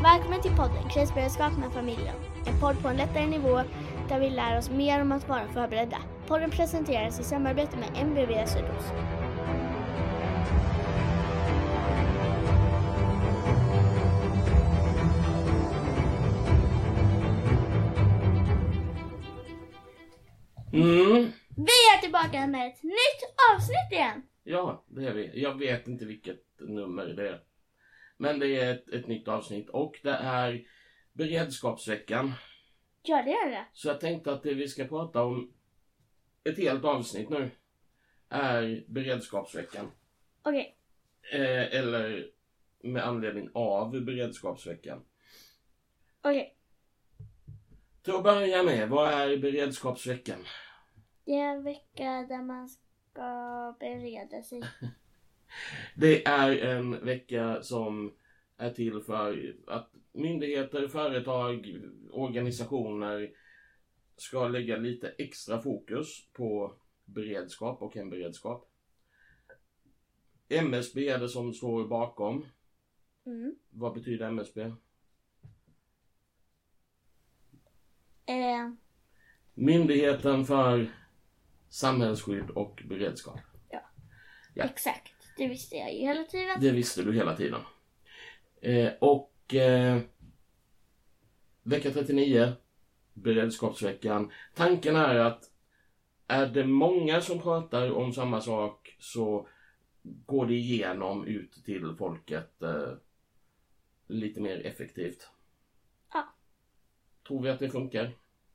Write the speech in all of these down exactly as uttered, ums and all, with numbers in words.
Välkommen till podden Krisberedskap med familjen. En podd på en lättare nivå där vi lär oss mer om att vara förberedda. Podden presenteras i samarbete med M V V Sydost. Mm. Vi är tillbaka med ett nytt avsnitt igen. Ja, det är vi. Jag vet inte vilket nummer det är. Men det är ett, ett nytt avsnitt och det är beredskapsveckan. Ja, det är det. Så jag tänkte att det vi ska prata om ett helt avsnitt nu är beredskapsveckan. Okej. Eh, eller med anledning av beredskapsveckan. Okej. Till att börja med, vad är beredskapsveckan? Det är en vecka där man ska bereda sig. Det är en vecka som är till för att myndigheter, företag, organisationer ska lägga lite extra fokus på beredskap och hemberedskap. M S B är det som står bakom. Mm. Vad betyder M S B? Eh, Myndigheten för samhällsskydd och beredskap. ja. Ja. Exakt. Det visste jag ju hela tiden. Det visste du hela tiden. Eh, och eh, vecka trettionio, beredskapsveckan. Tanken är att är det många som pratar om samma sak så går det igenom ut till folket eh, lite mer effektivt. Ja. Tror vi att det funkar?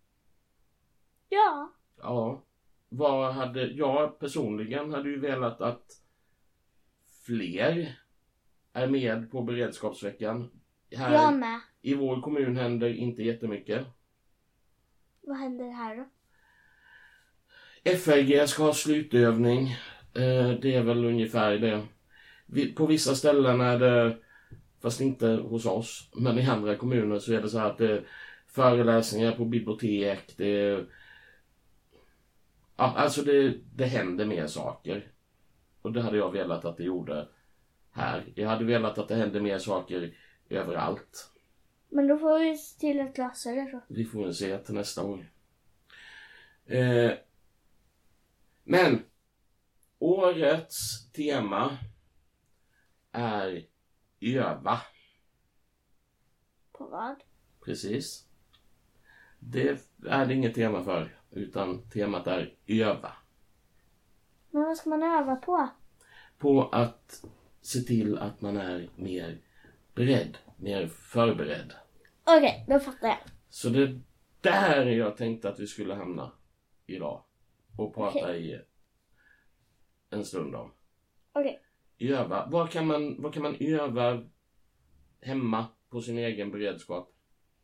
Ja. Ja. Vad hade jag personligen hade ju velat att fler är med på beredskapsveckan. Här Jag med. i vår kommun händer inte jättemycket. Vad händer här då? F R G ska ha slutövning. Eh, det är väl ungefär det. Vi, på vissa ställen är det, fast inte hos oss, men i andra kommuner så är det så här att det är föreläsningar på bibliotek. Det är, ja, alltså det, det händer mer saker. Och det hade jag velat att det gjorde här. Jag hade velat att det hände mer saker överallt. Men då får vi se till att lösa det då. Vi får väl se till nästa år. Eh, men årets tema är öva. På vad? Precis. Det är det inget tema för, utan temat är öva. Men vad ska man öva på? På att se till att man är mer beredd, mer förberedd. Okej, då fattar jag. Så det där jag tänkte att vi skulle hamna idag och prata Okej. i en stund om. Okej. Öva. Vad kan man, vad kan man öva hemma på sin egen beredskap?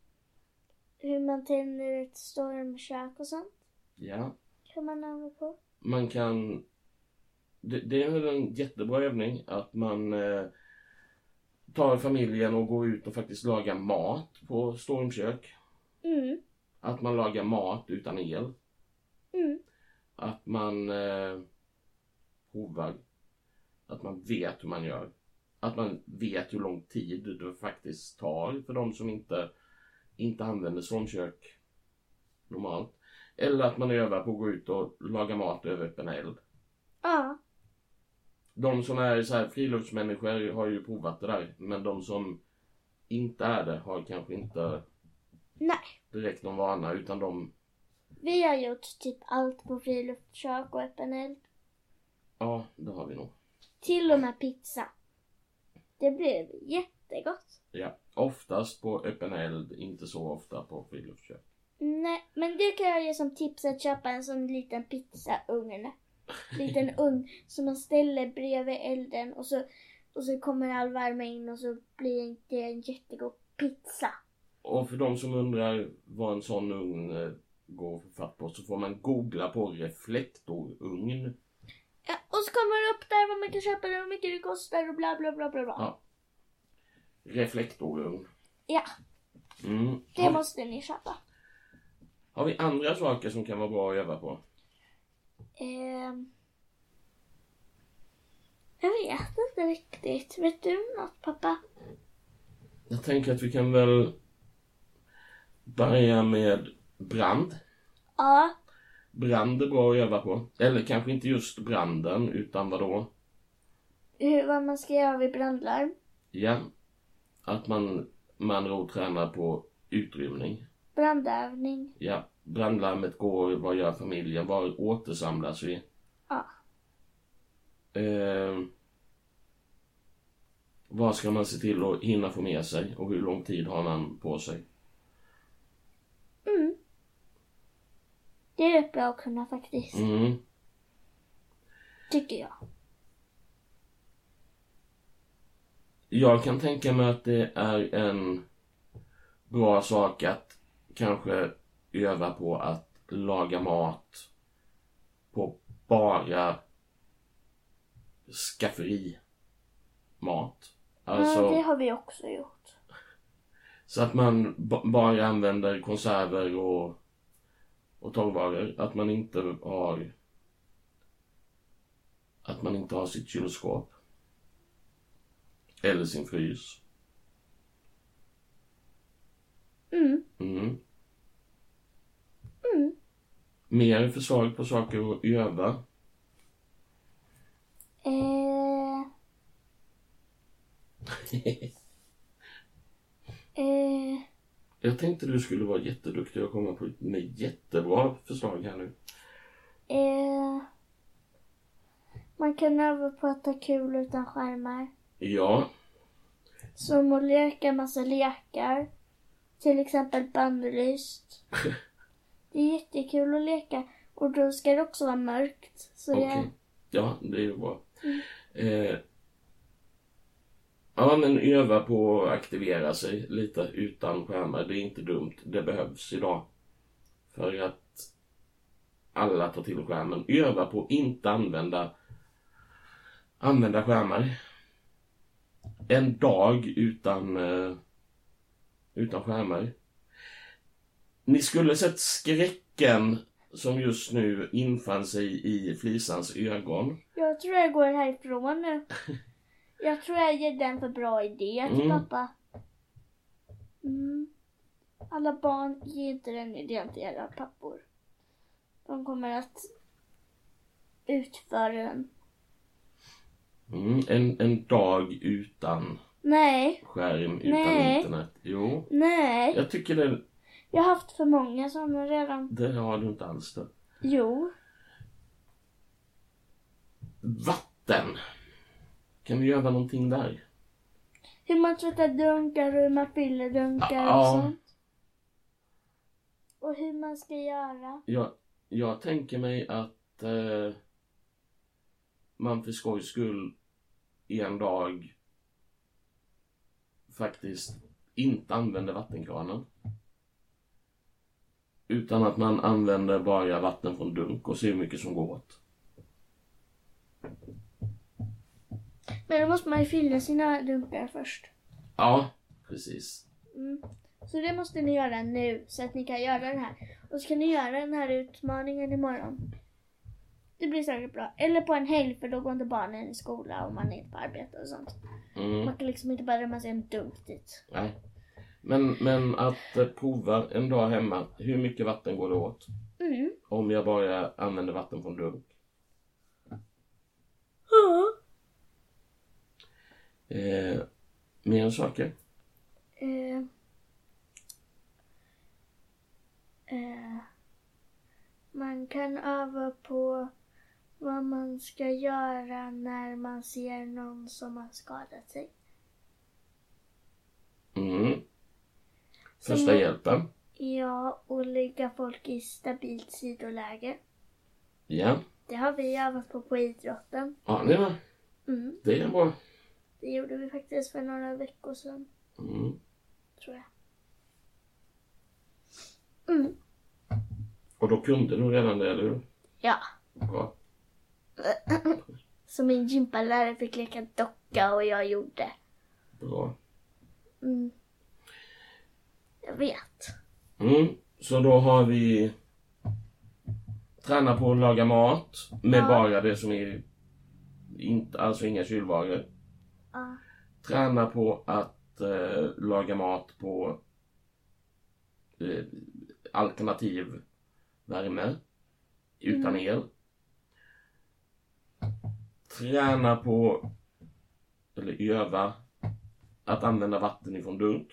Hur man tänder ett stormkök och sånt Ja, kan man öva på. man kan... Det, det är en jättebra övning att man eh, tar familjen och går ut och faktiskt lagar mat på stormkök. Mm. Att man lagar mat utan el. Mm. Att man eh, hovar. Att man vet hur man gör. Att man vet hur lång tid det faktiskt tar för de som inte, inte använder stormkök normalt. Eller att man övar på att gå ut och laga mat över öppen eld. Ja. De som är så här friluftsmänniskor har ju provat det där. Men de som inte är det har kanske inte Nej. direkt någon vana, utan de... Vi har gjort typ allt på friluftskök och öppen eld. Ja, det har vi nog. Till och med pizza. Det blev jättegott. Ja, oftast på öppen eld, inte så ofta på friluftskök. Nej, men det kan jag ge som tips att köpa en sån liten pizzaugn. Liten ugn som man ställer bredvid elden och så, och så kommer all värme in och så blir det en jättegod pizza. Och för de som undrar vad en sån ugn eh, går för fatt på, så får man googla på reflektorugn. Ja, och så kommer det upp där vad man kan köpa det, hur mycket det kostar och bla bla bla bla bla. Ja. Reflektorugn. Ja, Mm. det Har, måste ni köpa. har vi andra saker som kan vara bra att öva på? Ehm... Jag vet inte riktigt. Vet du något, pappa? Jag tänker att vi kan väl börja med brand. Ja. Brand är bra att öva på. Eller kanske inte just branden, utan vad då? Hur, vad man ska göra vid brandlarm. Ja, att man man då tränar på utrymning. Brandövning. Ja, brandlarmet går, vad gör familjen, var återsamlas vi? Ja. Eh, vad ska man se till att hinna få med sig och hur lång tid har man på sig? Mm. Det är rätt bra att kunna faktiskt. Mm. Tycker jag. Jag kan tänka mig att det är en bra sak att kanske öva på att laga mat på bara skafferi mat. Alltså, Ja, det har vi också gjort. så att man b- bara använder konserver och, och torrvaror. Att man inte har att man inte har sitt kylskåp. Eller sin frys. Mm. Mm. Mm. Mer förslag på saker att öva. Eh. eh. Jag tänkte du skulle vara jätteduktig och komma på med jättebra förslag här nu. Eh. Man kan öva på att ha kul utan skärmar. Ja. Som att leka massa lekar. Till exempel Bannlyst. Det är jättekul att leka. Och då ska det också vara mörkt. Så Okej. jag... Ja, det är ju bra. Mm. Eh, ja, men öva på att aktivera sig lite utan skärmar. Det är inte dumt. Det behövs idag. För att alla tar till skärmen. Öva på att inte använda använda skärmar. En dag utan eh, utan skärmar. Ni skulle sett skräcken som just nu infann sig i Flisans ögon. Jag tror jag går härifrån nu. Jag tror jag ger den för bra idé till Mm. pappa. Mm. Alla barn ger inte den idén till era pappor. De kommer att utföra den. Mm, en, en dag utan Nej, skärm, utan Nej. internet. Jo, nej. jag tycker det, Jag har haft för många sådana redan. det har du inte alls det. Jo. Vatten. Kan vi göra någonting där? Hur man tvättar dunkar och hur man fyller dunkar Ja. och sånt. Och hur man ska göra. Jag, jag tänker mig att eh, man för skojs skull en dag faktiskt inte använder vattenkranen. Utan att man använder bara vatten från dunk och ser hur mycket som går åt. Men då måste man ju fylla sina dunkar först. Ja, precis. Mm. Så det måste ni göra nu så att ni kan göra det här. Och så kan ni göra den här utmaningen imorgon. Det blir säkert bra. Eller på en helg för då går inte barnen i skola och man är inte på arbete och sånt. Mm. Man kan liksom inte bara drömma sig en dunk dit. Nej. Men, men att eh, prova en dag hemma, hur mycket vatten går det åt? Mm. Om jag bara använder vatten från dunk. Ja. Eh, mer saker? Eh. Eh. Man kan öva på vad man ska göra när man ser någon som har skadat sig. Mm. Som Första att- hjälpen. Ja, och lägga folk i stabilt sidoläge. Ja. Det har vi övat på på idrotten. Ja, det var, Mm. det är bra. Det gjorde vi faktiskt för några veckor sedan, Mm. tror jag. Mm. Och då kunde du redan det, eller hur? Ja. Bra. Så min gympalärare fick leka docka och jag gjorde. Bra. Mm. Jag vet. Mm. Så då har vi träna på att laga mat med Ja. bara det som är inte, alltså inga kylvaror. Ja. Träna på att att eh, laga mat på eh, alternativ värme utan Mm. el. Träna på, eller öva, att använda vatten ifrån dunk.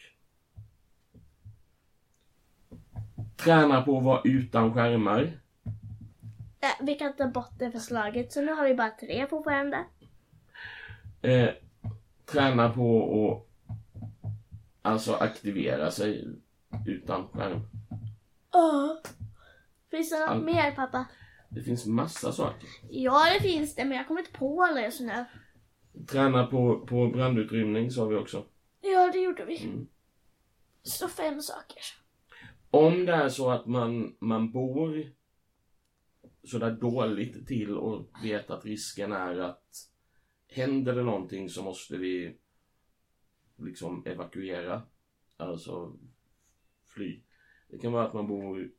Träna på att vara utan skärmar. Äh, vi kan ta bort det förslaget, så nu har vi bara tre fortfarande. Eh, träna på att alltså aktivera sig utan skärm. Åh. Finns det något All- mer, pappa? Det finns massa saker. Ja, det finns det, men jag kommer inte på alla just nu. Träna på, på brandutrymning sa vi också. Ja, det gjorde vi. Mm. Så fem saker. Om det är så att man, man bor så där dåligt till och vet att risken är att händer det någonting så måste vi liksom evakuera. Alltså fly. Det kan vara att man bor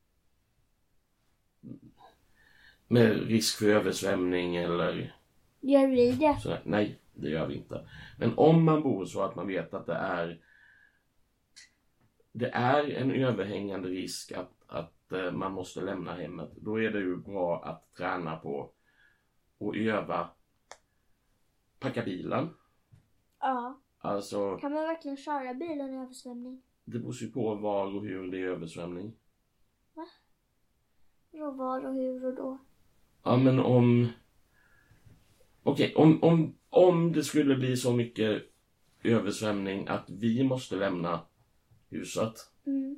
med risk för översvämning eller Gör vi det? sådär. Nej, det gör vi inte. Men om man bor så att man vet att det är det är en överhängande risk att, att eh, man måste lämna hemmet, då är det ju bra att träna på och öva packa bilen. Ja. Alltså, Kan man verkligen köra bilen i översvämning? det beror ju på var och hur det är översvämning. Och var och hur och då? Ja, men om... Okej, om, om, om det skulle bli så mycket översvämning att vi måste lämna huset, Mm.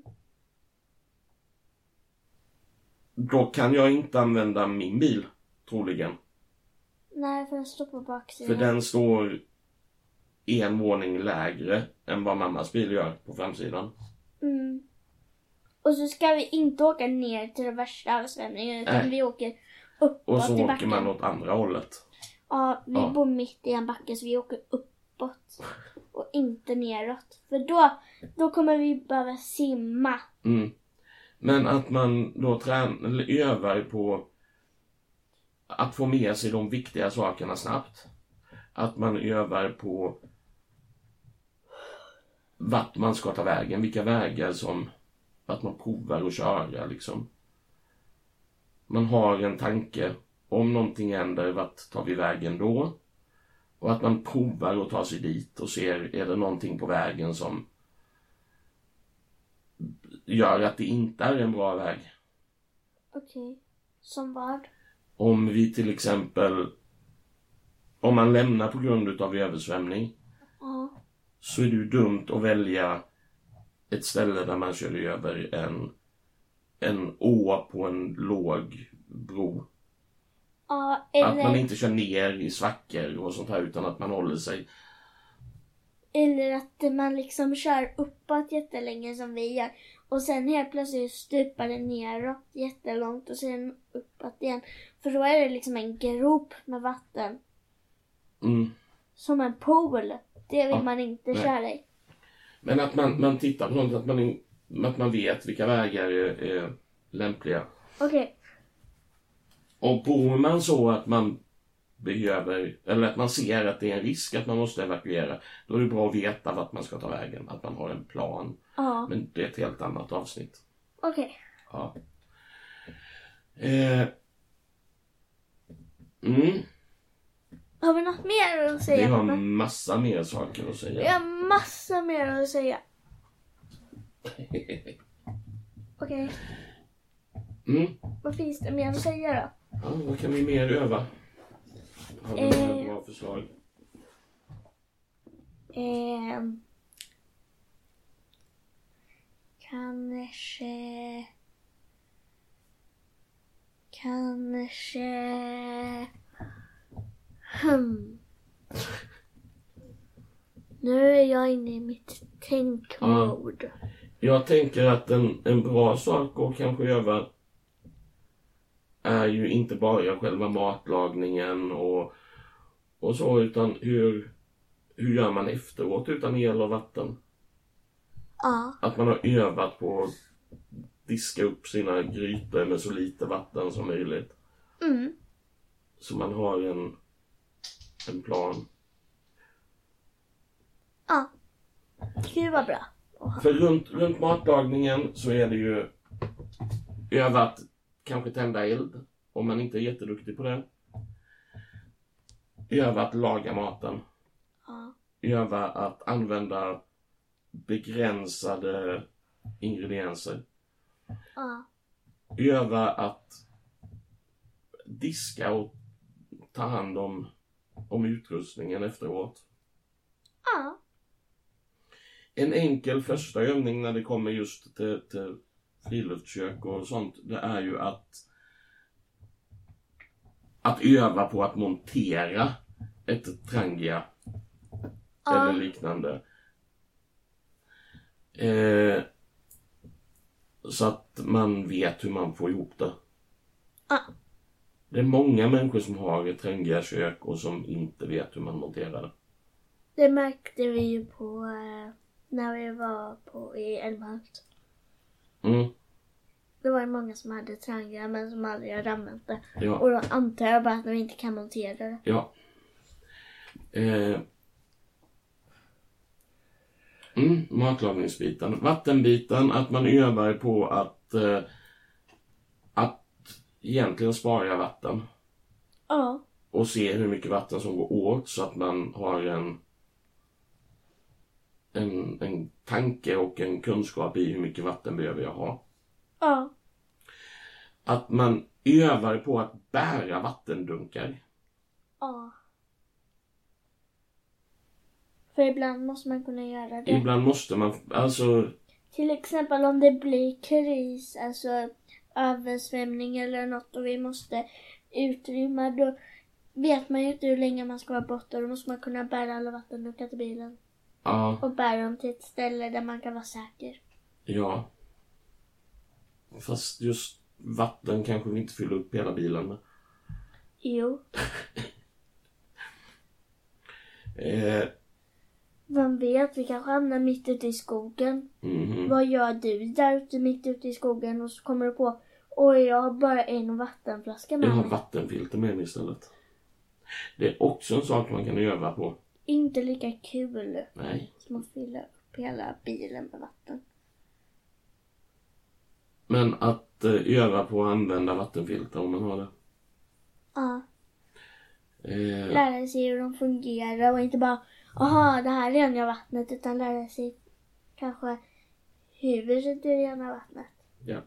då kan jag inte använda min bil, troligen. Nej, för den står på baksidan. För den står en våning lägre än vad mammas bil gör på framsidan. Mm. Och så ska vi inte åka ner till den värsta översvämningen, utan Nej. vi åker uppåt Och så i åker backen. man åt andra hållet. Ja, vi Ja. bor mitt i en backe, så vi åker uppåt och inte neråt. För då, då kommer vi behöva simma. Mm. Men att man då tränar eller övar på att få med sig de viktiga sakerna snabbt. Att man övar på vart man ska ta vägen, vilka vägar som att man provar att köra liksom. Man har en tanke om någonting händer, vart tar vi vägen då? Och att man provar att ta sig dit och ser, är det någonting på vägen som gör att det inte är en bra väg. Okej. Som vad? Om vi till exempel, om man lämnar på grund av översvämning, Ja. så är det ju dumt att välja ett ställe där man kör över en, en å på en låg bro. Ja, Att man eller, inte kör ner i svackor och sånt här, utan att man håller sig. eller att man liksom kör uppåt jättelänge som vi gör. Och sen helt plötsligt stupar det neråt jättelångt och sen uppåt igen. För då är det liksom en grop med vatten. Mm. Som en pool. Det vill Ja, man inte nej. köra i. Men att man, man tittar på sånt, att man, in- att man vet vilka vägar är, är lämpliga. Okej. Och bor man så att man behöver, eller att man ser att det är en risk att man måste evakuera, då är det bra att veta vart man ska ta vägen, att man har en plan. Ja. Men det är ett helt annat avsnitt. Okej. Ja. Eh. Mm. Har vi något mer att Vi säga? har pappa? massa mer saker att Vi säga. har massa mer att säga. Okej. Mm. Vad finns det mer att säga då? Ja, vad kan vi mer öva? Har vi Eh. några bra förslag? Ehm. Kanske... Kanske... Hmm. Nu är jag inne i mitt tänkmode. Jag tänker att en, en bra sak att kanske öva är ju inte bara själva matlagningen och, och så, utan hur, hur gör man efteråt utan el och vatten? Ja. Att man har övat på att diska upp sina grytor med så lite vatten som möjligt. Mm. Så man har en, en plan. Ja. Gud vad bra. För runt, runt matlagningen så är det ju öva att kanske tända eld, om man inte är jätteduktig på det. Öva att laga maten. Ja. Öva att använda begränsade ingredienser. Ja. Öva att diska och ta hand om, om utrustningen efteråt. Ja. En enkel första övning när det kommer just till, till friluftskök och sånt, det är ju att att öva på att montera ett trangia Ja. eller liknande. Eh, så att man vet hur man får ihop det. Ja. Det är många människor som har ett trangia-kök och som inte vet hur man monterar det. Det märkte vi ju på eh, när vi var på i Älmhult. Mm, Det var ju många som hade trangia men som aldrig hade använt det. ja. Och då antar jag bara att de inte kan montera det. Ja. Eh. Mm, matlagningsbiten. Vattenbiten, att man övar på att eh, att egentligen spara vatten. Ja. Och se hur mycket vatten som går åt så att man har en en, en tanke och en kunskap i hur mycket vatten behöver jag ha. Ja. Att man övar på att bära vattendunkar. Ja. För ibland måste man kunna göra det. Ibland måste man, alltså, Till exempel om det blir kris, alltså översvämning eller något och vi måste utrymma, då vet man ju inte hur länge man ska vara borta. Då måste man kunna bära alla vattendunkar till bilen. ja, Och bära dem till ett ställe där man kan vara säker. ja. Fast just vatten kanske vi inte fyller upp hela bilen med. Jo. Eh, Vem vet, vi kanske hamnar mitt ute i skogen. mhm. Vad gör du där ute mitt ute i skogen? Och så kommer du på, oj, jag har bara en vattenflaska med Jag har mig. vattenfilter med mig istället. Det är också en sak man kan öva på. Inte lika kul Nej. som att fylla upp hela bilen med vatten. Men att eh, öva på att använda vattenfilter om man har det. Ja, Eh, lära sig hur de fungerar och inte bara, aha, det här renar vattnet, utan lära sig kanske hur det renar vattnet. ja.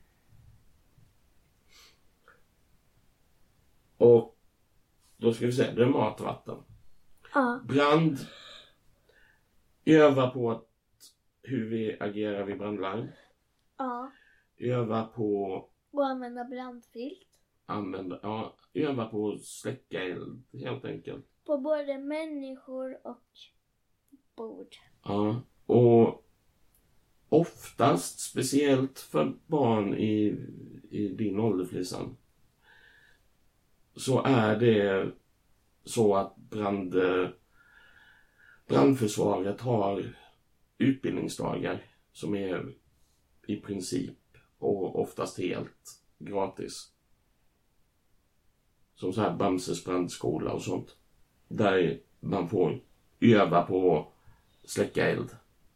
Och då ska vi se, det är mat och vatten. Ja, Brand. Öva på att, hur vi agerar vid brandlarm. ja. Öva på Och använda brandfilt. använda, ja, öva på att släcka eld helt enkelt. På både människor och bord. Ja, och oftast, speciellt för barn i, i din ålder, Flisan, så är det så att brand, brandförsvaret har utbildningsdagar som är i princip och oftast helt gratis. Som så här Bamses brandskola och sånt. Där man får öva på att släcka eld.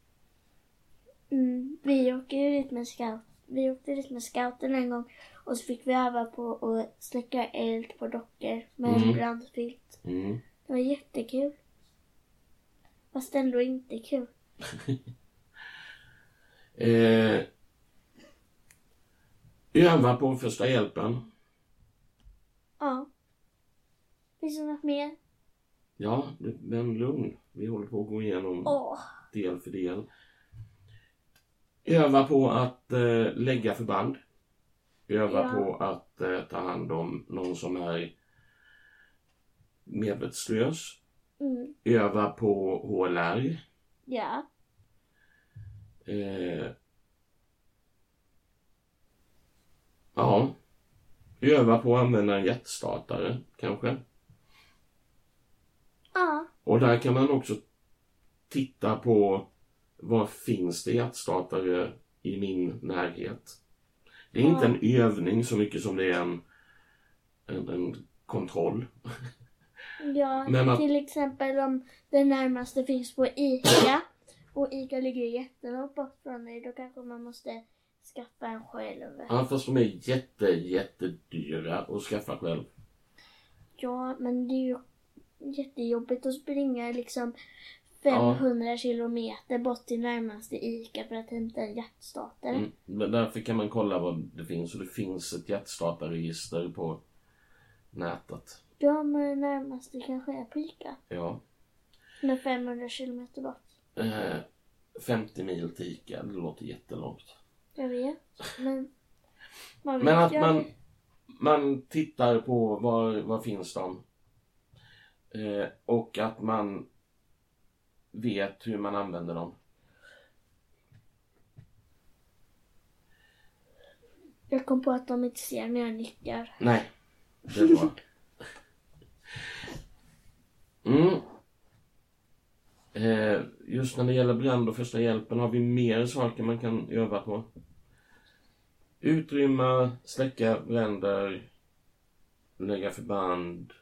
Mm, vi åkte ju dit med scout. Vi åkte dit med scouten en gång. Och så fick vi öva på att släcka eld på dockor med Mm. en brandfilt. Mm. Det var jättekul. Fast ändå inte kul. eh, öva på första hjälpen. Ja. Finns det något mer? Ja, men lugn. Vi håller på att gå igenom Åh. del för del. Öva på att eh, lägga förband. Öva Ja. på att eh, ta hand om någon som är medvetslös. Mm. Öva på H L R. Ja. Eh, ja. Öva på att använda en hjärtstartare, kanske. Ja. Och där kan man också titta på vad finns det hjärtstartare i min närhet. Det är Ja. inte en övning så mycket som det är en, en, en kontroll. Ja, Men att- till exempel om den närmaste finns på ICA Och Ica ligger jättelångt bort från dig. Då kanske man måste skaffa en själv. Ja, fast de är jätte, jättedyra att skaffa själv. Ja, men det är ju jättejobbigt att springa liksom femhundra ja. kilometer bort till närmaste Ica för att hämta en hjärtstartare. Mm. Men därför kan man kolla vad det finns. Och det finns ett hjärtstartarregister på nätet. Ja, men närmaste kanske är på Ica. Ja. Men femhundra kilometer bort. Eh, femtio mil till Ica, det låter jättelångt. Jag vet, men... Man vet men att jag... man, man tittar på var, var finns de. Eh, och att man vet hur man använder dem. Jag kom på att de inte ser när jag nickar. Nej, det är bra. Mm. Eh, just när det gäller brand och första hjälpen har vi mer saker man kan öva på. Utrymma, släcka bränder, lägga förband,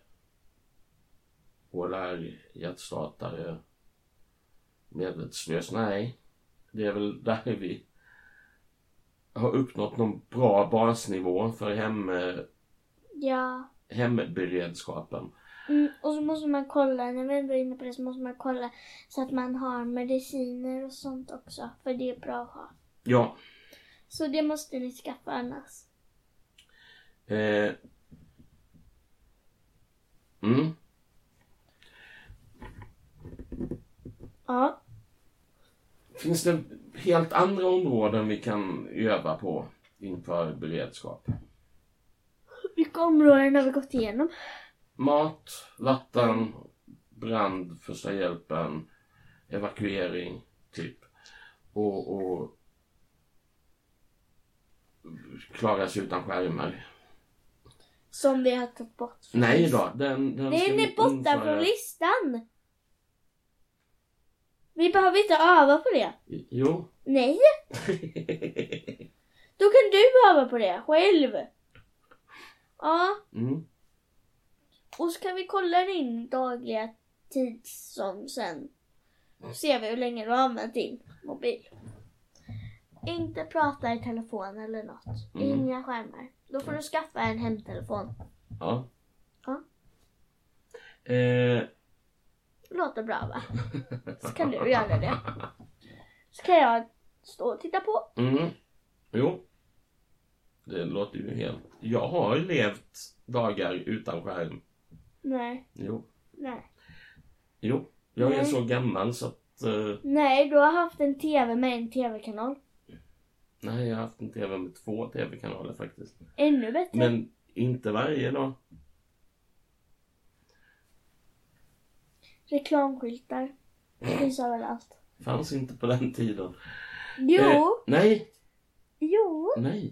hålar, hjärtstartare, medvetslös. Nej, det är väl där vi har uppnått någon bra basnivå för hem, ja. hemberedskapen. Mm, och så måste man kolla, när vi ändå är inne på det så måste man kolla så att man har mediciner och sånt också. För det är bra att ha. Ja. Så det måste ni skaffa annars. Eh. Mm. Ja. Finns det helt andra områden vi kan öva på inför beredskap? Vilka områden har vi gått igenom? Mat, vatten, brand, första hjälpen, evakuering, typ. Och, och klara sig utan skärmar. Som vi har tagit bort. Nej då, den, den, den är borta införa... från listan. Vi behöver inte öva på det. Jo. Nej. Då kan du öva på det själv. Ja. Mm. Och så kan vi kolla din dagliga tid som sen. Ser vi hur länge du har använt din mobil. Inte prata i telefon eller något. Mm. Inga skärmar. Då får du skaffa en hemtelefon. Ja. Ja. Eh. Låter bra, va? Så kan du göra det. Så kan jag stå och titta på. Mm. Jo. Det låter ju helt... Jag har ju levt dagar utan skärm. Nej. Jo. Nej. Jo. Jag Nej. är så gammal så att... Uh... Nej, du har haft en tv med en tv-kanal. Nej, jag har haft en tv med två tv-kanaler faktiskt. Ännu bättre. Men inte varje dag. Reklamskyltar. Det finns överallt. Fanns inte på den tiden. Jo. Eh, nej. Jo. Nej.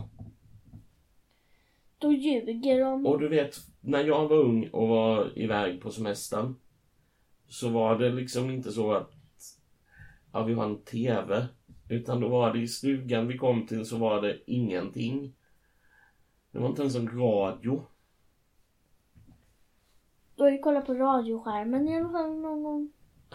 Då ljuger de. Och du vet, när jag var ung och var iväg på semestern. Så var det liksom inte så att ja, vi har en tv. Utan då var det i stugan vi kom till så var det ingenting. Det var inte ens en radio. Då har vi kollat på radioskärmen i alla fall någon gång.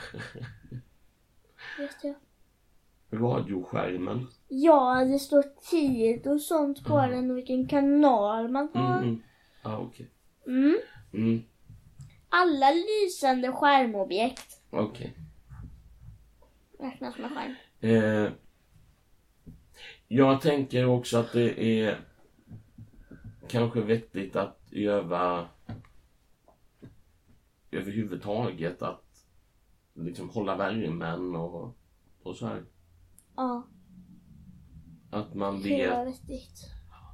Vet jag. Radioskärmen? Ja, det står tid och sånt på mm. den och vilken kanal man har. Mm, mm. Ah, okej. Okay. Mm. Mm. Alla lysande skärmobjekt. Okej. Okay. Räknas med skärm. Eh, jag tänker också att det är kanske vettigt att öva överhuvudtaget att liksom hålla värmen och, och så här. Ja. Att man vet. Det var vettigt.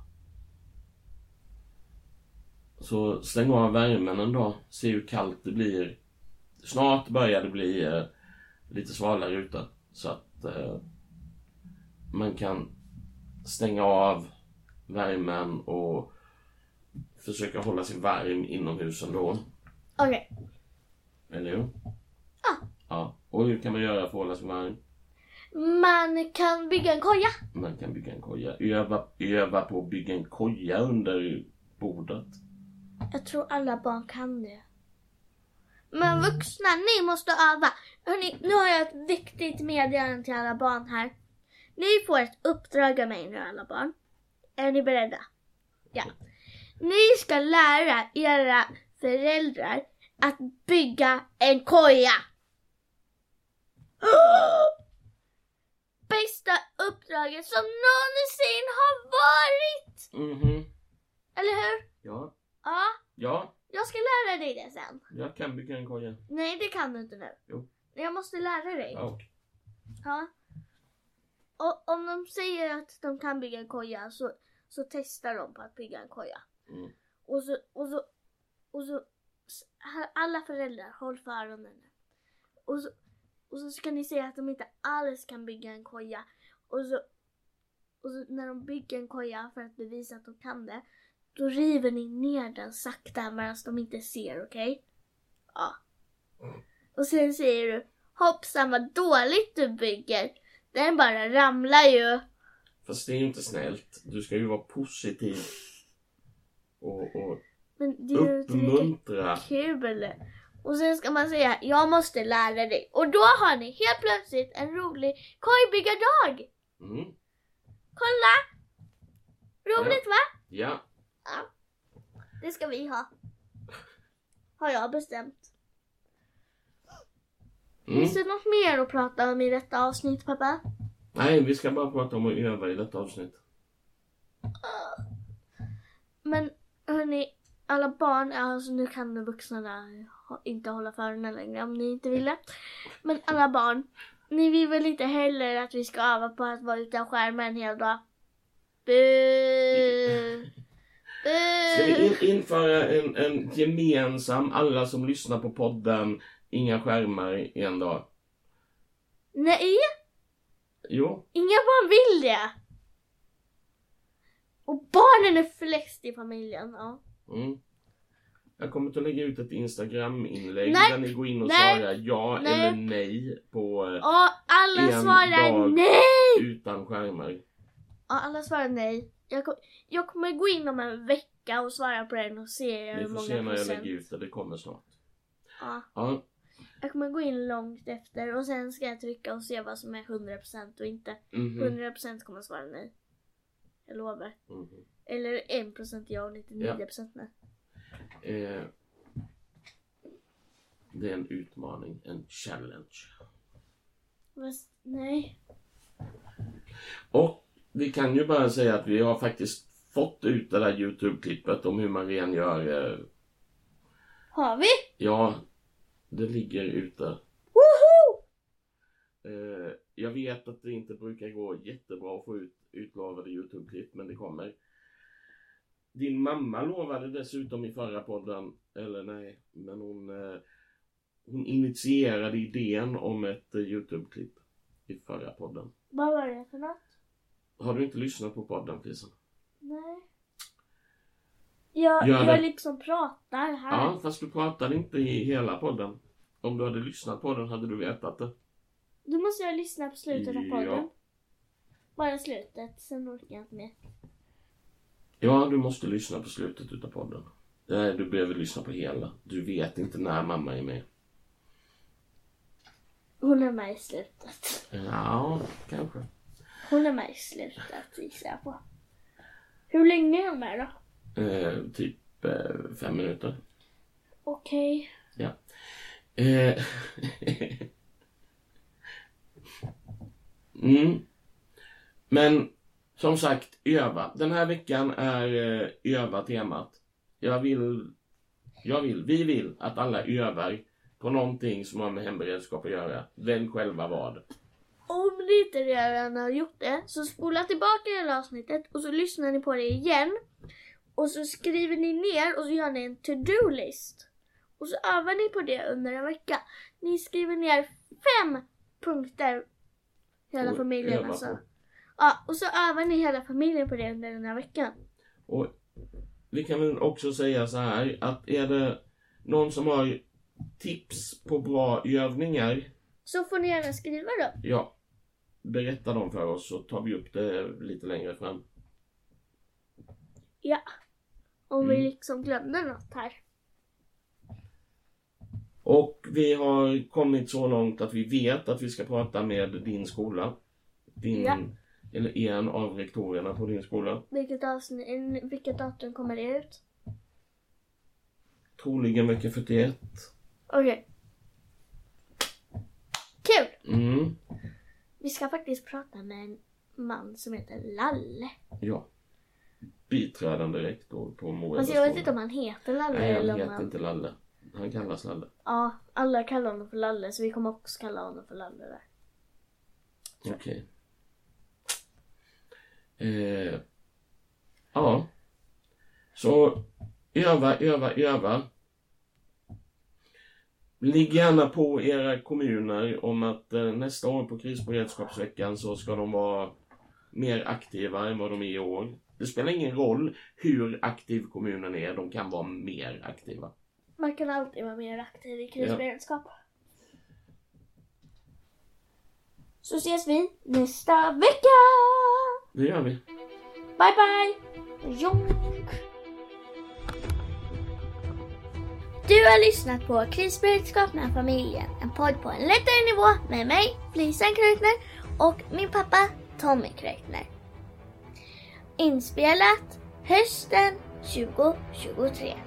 Så stäng av värmen en dag. Se hur kallt det blir. Snart börjar det bli eh, lite svalare ute. Så att eh, man kan stänga av värmen och försöka hålla sig varm inomhus ändå. Okej. Okay. Eller hur? Ja. Ja. Och hur kan man göra för att hålla sig varm? Man kan bygga en koja. Man kan bygga en koja. Öva, öva på att bygga en koja under bordet. Jag tror alla barn kan det. Men vuxna, ni måste öva. Hörrni, nu har jag ett viktigt meddelande till alla barn här. Ni får ett uppdrag av mig nu, alla barn. Är ni beredda? Ja. Ni ska lära era föräldrar att bygga en koja. Bästa uppdraget som någonsin har varit. Mhm. Eller hur? Ja. Ja. Ja. Jag ska lära dig det sen. Jag kan bygga en koja. Nej, det kan du inte nu. Jo. Jag måste lära dig. Ja. Ja. Och om de säger att de kan bygga en koja så, så testar de på att bygga en koja. Mm. Och så, och så, och så, alla föräldrar, håll för öronen. Och så, och så ska ni säga att de inte alls kan bygga en koja. Och så, och så när de bygger en koja för att bevisa att de kan det, då river ni ner den sakta medan de inte ser, okej? Okay? Ja. Och sen säger du, hoppsan vad dåligt du bygger. Den bara ramlar ju. Fast det är ju inte snällt. Du ska ju vara positiv. Och, och men det är ju uppmuntra. Kul. Och sen ska man säga, jag måste lära dig. Och då har ni helt plötsligt en rolig kojbyggardag. Mm. Kolla. Roligt Ja. va? Ja. Ja. Det ska vi ha. Har jag bestämt. Mm. Finns det något mer att prata om i detta avsnitt, pappa? Nej, vi ska bara prata om att öva i detta avsnitt. Men hörni, alla barn, alltså nu kan de vuxna inte hålla för öronen längre om ni inte ville. Men alla barn, ni vill väl inte heller att vi ska öva på att vara utan skärmen en hel dag? Buh! Buh! Ska vi in, införa en, en gemensam, alla som lyssnar på podden, inga skärmar en dag? Nej! Jo. Inga barn vill det! Och barnen är flest i familjen, ja. Mm. Jag kommer att lägga ut ett Instagram-inlägg nej, där ni går in och nej, svarar ja nej. eller nej på Och alla en svarar dag nej! utan skärmar. Ja, alla svarar nej. Jag, kom, jag kommer gå in om en vecka och svara på den och se hur Vi får många se när jag procent. lägger ut det, det kommer snart. Ja. Ja. Jag kommer gå in långt efter och sen ska jag trycka och se vad som är hundra procent och inte. Mhm. hundra procent kommer svara nej. Jag lovar. Mhm. Eller en procent ja och nittionio procent nej. Eh, det är en utmaning, en challenge. Fast, nej. Och vi kan ju bara säga att vi har faktiskt fått ut det där YouTube-klippet om hur man rengör. Eh, Har vi? ja, det ligger ute. Woho! Eh, jag vet att det inte brukar gå jättebra att få ut utlovade YouTube-klipp, men det kommer. Din mamma lovade dessutom i förra podden, eller nej, men hon, eh, hon initierade idén om ett eh, YouTube-klipp i förra podden. Vad var det för något? Har du inte lyssnat på podden, Fisen? Nej. Jag, Gör jag det. liksom pratar här. Ja, fast du pratade inte i hela podden. Om du hade lyssnat på den hade du vetat det. Då måste jag lyssna på slutet av Ja. podden. Bara slutet, sen orkar jag inte mer. Ja, du måste lyssna på slutet utav podden. Nej, du behöver lyssna på hela. Du vet inte när mamma är med. Hon är med i slutet. Ja, kanske. Hon är med i slutet, gissar jag på. Hur länge är hon med då? Eh, typ eh, fem minuter. Okej. Ja. Eh. mm. Men som sagt, öva. Den här veckan är eh, öva temat. Jag vill, jag vill, vi vill att alla övar på någonting som har med hemberedskap att göra. Välj själva vad. Om ni inte redan har gjort det, så spola tillbaka hela avsnittet och så lyssnar ni på det igen. Och så skriver ni ner och så gör ni en to-do-list. Och så övar ni på det under en vecka. Ni skriver ner fem punkter. Hela Och familjen öva alltså. på. Ja, och så övar ni hela familjen på det under den här veckan. Och vi kan väl också säga så här, att är det någon som har tips på bra övningar, Så får ni gärna skriva då. ja, berätta dem för oss så tar vi upp det lite längre fram. Ja. Om Mm. vi liksom glömde något här. Och vi har kommit så långt att vi vet att vi ska prata med din skola. Din, Ja. Eller en av rektorerna på din skola. Vilket, avsnitt, vilket datum kommer det ut? Troligen vecka fyrtioett. Okej. Kul! Mm, Vi ska faktiskt prata med en man som heter Lalle. ja. Biträdande rektor på Moeda Alltså jag vet skola. inte om han heter Lalle Nej, eller han om heter han... inte Lalle. Han kallas Lalle. Ja, alla kallar honom för Lalle så vi kommer också kalla honom för Lalle där. Okej. Eh, ja. Så öva, öva, öva. Ligg gärna på era kommuner om att eh, nästa år på krisberedskapsveckan så ska de vara mer aktiva än vad de är i år. Det spelar ingen roll hur aktiv kommunen är, de kan vara mer aktiva. Man kan alltid vara mer aktiv i krisberedskap. Så ses vi nästa vecka! Det gör vi. Bye bye! Jonk! Du har lyssnat på Krisberedskap med familjen. En podd på en lättare nivå med mig, Lisen Kreutner, och min pappa, Tommy Kreutner. Inspelat hösten tjugo tjugotre.